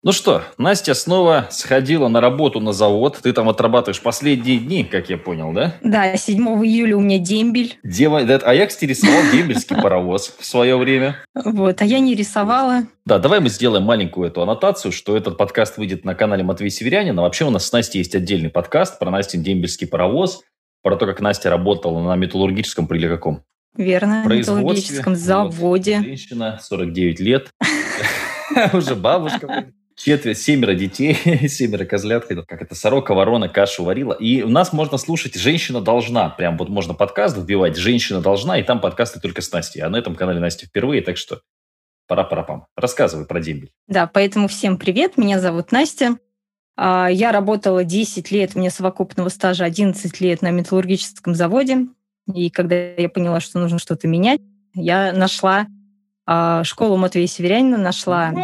Ну что, Настя снова сходила на работу на завод. Ты там отрабатываешь последние дни, как я понял, да? Да, 7 июля у меня дембель. А я, кстати, рисовал дембельский паровоз в свое время. Вот, а я не рисовала. Да, давай мы сделаем маленькую эту аннотацию, что этот подкаст выйдет на канале Матвей Северянин. А вообще у нас с Настей есть отдельный подкаст про Настин дембельский паровоз, про то, как Настя работала на металлургическом или каком? Верно, Производстве. металлургическом заводе. Вот. Женщина, 49 лет, уже бабушка. Семеро детей, 7 козлят. Как это, сорока, ворона кашу варила. И у нас можно слушать «Женщина должна». Прям вот можно подкаст вбивать «Женщина должна», и там подкасты только с Настей. А на этом канале Настя впервые, так что пора-пора-пам. Рассказывай про дембель. Да, поэтому всем привет, меня зовут Настя. Я работала 10 лет, у меня совокупного стажа 11 лет на металлургическом заводе. И когда я поняла, что нужно что-то менять, я нашла школу Матвея Северянина, нашла...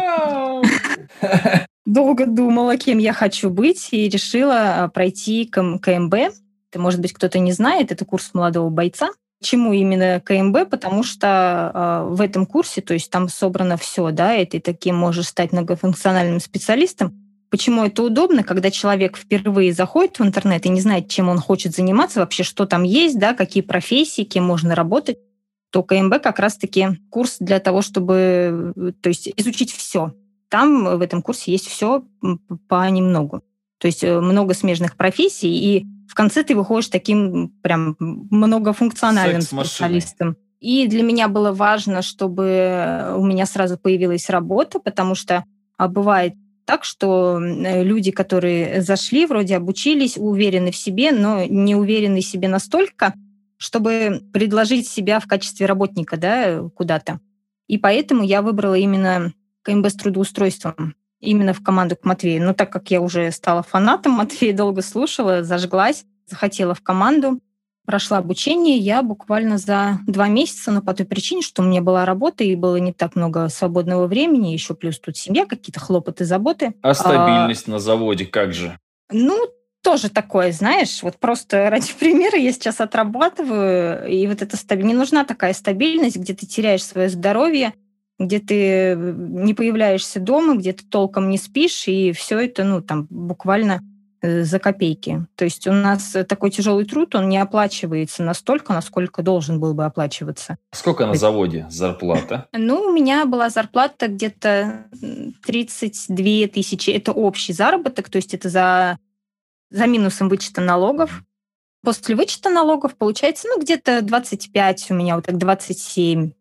Долго думала, кем я хочу быть, и решила пройти КМБ. Это, может быть, кто-то не знает, это курс молодого бойца. Почему именно КМБ? Потому что в этом курсе, то есть там собрано все, да, и ты таким можешь стать многофункциональным специалистом. Почему это удобно, когда человек впервые заходит в интернет и не знает, чем он хочет заниматься, вообще что там есть, да, какие профессии, кем можно работать, то КМБ как раз-таки курс для того, чтобы, то есть, изучить все. Там в этом курсе есть все понемногу. То есть много смежных профессий, и в конце ты выходишь таким прям многофункциональным специалистом. И для меня было важно, чтобы у меня сразу появилась работа, потому что бывает так, что люди, которые зашли, вроде обучились, уверены в себе, но не уверены в себе настолько, чтобы предложить себя в качестве работника, да, куда-то. И поэтому я выбрала именно КМБ с трудоустройством, именно в команду к Матвею. Но так как я уже стала фанатом Матвея, долго слушала, зажглась, захотела в команду, прошла обучение, я буквально за 2 месяца, но по той причине, что у меня была работа и было не так много свободного времени, еще плюс тут семья, какие-то хлопоты, заботы. А стабильность на заводе как же? Тоже такое, знаешь, вот просто ради примера я сейчас отрабатываю, и вот это не нужна такая стабильность, где ты теряешь свое здоровье, где ты не появляешься дома, где ты толком не спишь, и все это, там буквально за копейки. То есть у нас такой тяжелый труд, он не оплачивается настолько, насколько должен был бы оплачиваться. Сколько на заводе зарплата? У меня была зарплата где-то 32 тысячи. Это общий заработок, то есть это за минусом вычета налогов. После вычета налогов получается, где-то 25 у меня, вот так 27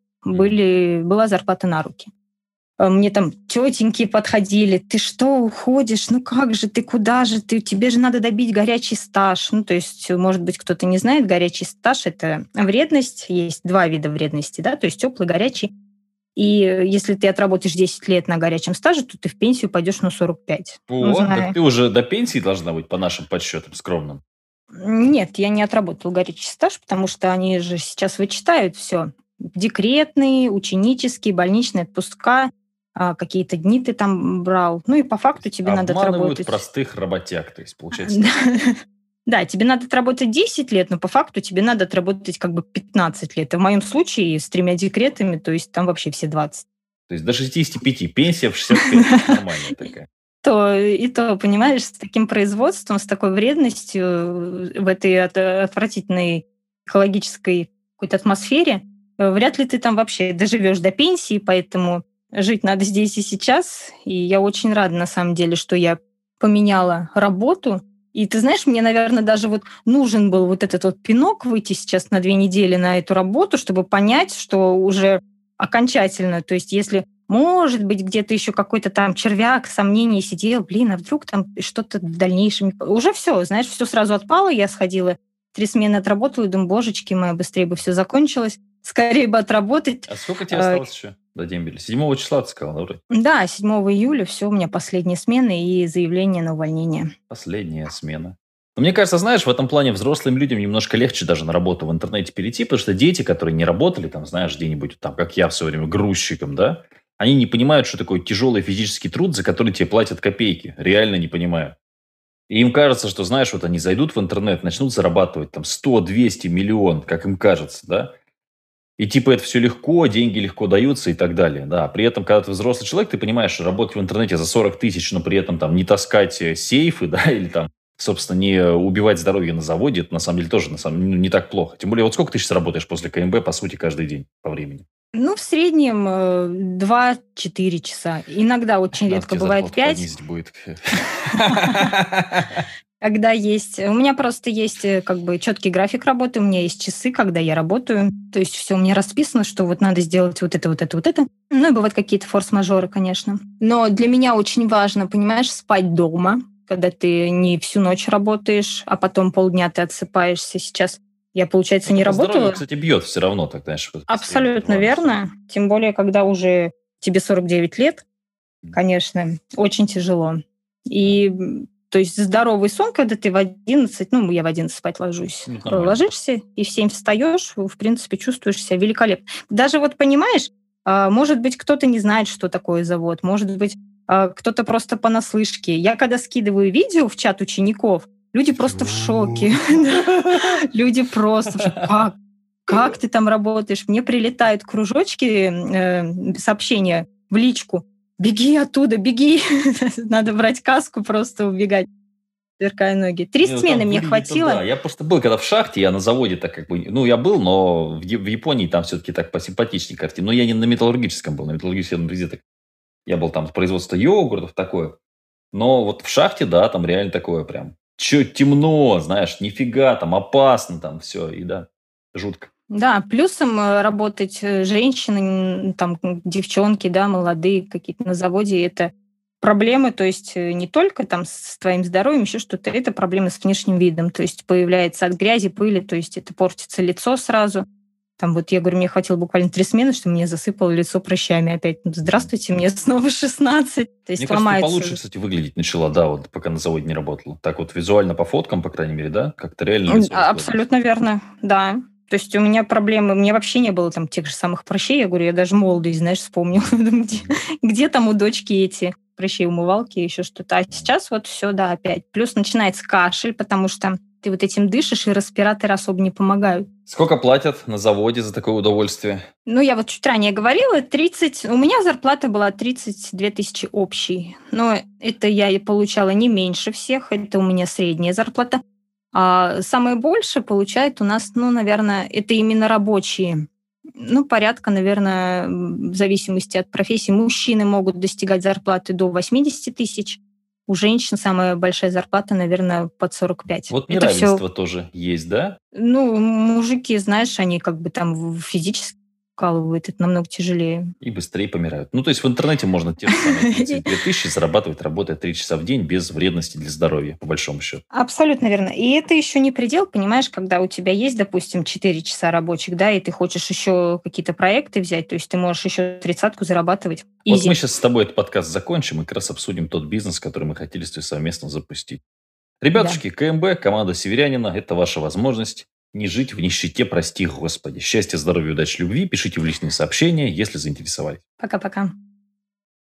была зарплата на руки. Мне там тетеньки подходили: ты что, уходишь? Как же ты, куда же ты? Тебе же надо добить горячий стаж. То есть, может быть, кто-то не знает, горячий стаж – это вредность. Есть 2 вида вредности, да, то есть теплый, горячий. И если ты отработаешь 10 лет на горячем стаже, то ты в пенсию пойдешь на 45. Так ты уже до пенсии должна быть, по нашим подсчетам скромным. Нет, я не отработала горячий стаж, потому что они же сейчас вычитают все. Декретные, ученические, больничные отпуска, какие-то дни ты там брал. И по факту тебе надо отработать... Обманывают простых работяг, то есть получается... Да, тебе надо отработать 10 лет, но по факту тебе надо отработать 15 лет. И в моем случае с 3 декретами, то есть там вообще все 20. То есть до 65, пенсия в 65, нормальная такая. То, понимаешь, с таким производством, с такой вредностью в этой отвратительной экологической какой-то атмосфере, вряд ли ты там вообще доживешь до пенсии, поэтому жить надо здесь и сейчас. И я очень рада, на самом деле, что я поменяла работу. И ты знаешь, мне, наверное, даже нужен был этот пинок выйти сейчас на 2 недели на эту работу, чтобы понять, что уже окончательно, то есть если, может быть, где-то еще какой-то там червяк, сомнений сидел, а вдруг там что-то в дальнейшем... Уже все, знаешь, все сразу отпало, я сходила, 3 смены отработала, и думаю, божечки мои, быстрее бы все закончилось, скорее бы отработать. А сколько тебе осталось еще до дембеля? 7 числа ты сказала, вроде? Да, 7 июля, все, у меня последняя смена и заявление на увольнение. Последняя смена. Мне кажется, знаешь, в этом плане взрослым людям немножко легче даже на работу в интернете перейти, потому что дети, которые не работали, там, знаешь, где-нибудь там, как я в свое время, грузчиком, да, они не понимают, что такое тяжелый физический труд, за который тебе платят копейки. Реально не понимают. И им кажется, что, знаешь, они зайдут в интернет, начнут зарабатывать там 100, 200, миллион, как им кажется, да. И типа это все легко, деньги легко даются и так далее. Да. При этом, когда ты взрослый человек, ты понимаешь, что работать в интернете за 40 тысяч, но при этом там не таскать сейфы, да, или там, собственно, не убивать здоровье на заводе, это на самом деле тоже не так плохо. Тем более, вот сколько ты сейчас работаешь после КМБ, по сути, каждый день по времени? Ну, в среднем 2-4 часа. Иногда очень Надо редко тебе бывает зарплату 5. понизить будет. Когда есть... У меня просто есть как бы четкий график работы, у меня есть часы, когда я работаю. То есть все у меня расписано, что вот надо сделать вот это, вот это, вот это. Ну и бывают какие-то форс-мажоры, конечно. Но для меня очень важно, понимаешь, спать дома, когда ты не всю ночь работаешь, а потом полдня ты отсыпаешься. Сейчас я, получается, не Это по здоровью, работала. кстати, бьет все равно, так, знаешь. Абсолютно верно. Тем более, когда уже тебе 49 лет, конечно, очень тяжело. И то есть здоровый сон, когда ты в 11, ну, я в 11 спать ложусь, Ну, нормально. ложишься и в 7 встаешь, в принципе, чувствуешь себя великолепно. Даже вот понимаешь, может быть, кто-то не знает, что такое завод, может быть, кто-то просто понаслышке. Я когда скидываю видео в чат учеников, люди просто в шоке. Люди просто в шоке. Как ты там работаешь? Мне прилетают кружочки, сообщения в личку. Беги оттуда, беги. Надо брать каску, просто убегать, сверкая ноги. 3 смены мне хватило. Да. Я просто был, когда в шахте, я на заводе так как бы... Ну, я был, но в Японии там все-таки так посимпатичнее картина. Но я не на металлургическом был. На металлургическом везде так... Я был там производство йогуртов, такое. Но вот в шахте, да, там реально такое прям... Темно, знаешь, нифига, там опасно, там все. И да, жутко. Да, плюсом работать женщины, там девчонки, да, молодые какие-то на заводе, это проблемы, то есть не только там с твоим здоровьем, еще что-то, это проблемы с внешним видом, то есть появляется от грязи, пыли, то есть это портится лицо сразу. Там вот я говорю, мне хватило буквально 3 смены, что мне засыпало лицо прыщами опять. Здравствуйте, мне снова 16. То есть Мне кажется, ты получше, кстати, выглядеть начала, да, вот пока на заводе не работала. Так вот визуально по фоткам, по крайней мере, да? Как-то реально лицо Абсолютно верно, да. То есть у меня проблемы, у меня вообще не было там тех же самых прыщей. Я говорю, я даже молодость, знаешь, вспомнила. Где там у дочки эти прыщи, умывалки, еще что-то. А сейчас вот все, да, опять. Плюс начинается кашель, потому что ты вот этим дышишь, и респираторы особо не помогают. Сколько платят на заводе за такое удовольствие? Ну, я вот чуть ранее говорила, 30... У меня зарплата была 32 тысячи общей. Но это я и получала не меньше всех. Это у меня средняя зарплата. А самое больше получает у нас, ну, наверное, это именно рабочие. Ну, порядка, наверное, в зависимости от профессии. Мужчины могут достигать зарплаты до 80 тысяч. У женщин самая большая зарплата, наверное, под 45. Вот Это неравенство все, тоже есть, да? ну, мужики, знаешь, они как бы там физически вкалывают, это намного тяжелее. И быстрее помирают. Ну, то есть в интернете можно те же самые 32 тысячи зарабатывать, работая 3 часа в день без вредности для здоровья, по большому счету. Абсолютно верно. И это еще не предел, понимаешь, когда у тебя есть, допустим, 4 часа рабочих, да, и ты хочешь еще какие-то проекты взять, то есть ты можешь еще 30-ку зарабатывать. Вот Изи. мы сейчас с тобой этот подкаст закончим и как раз обсудим тот бизнес, который мы хотели с тобой совместно запустить. Ребятушки, КМБ, команда Северянина, это ваша возможность не жить в нищете, прости Господи. Счастья, здоровья, удачи, любви. Пишите в личные сообщения, если заинтересовались. Пока-пока.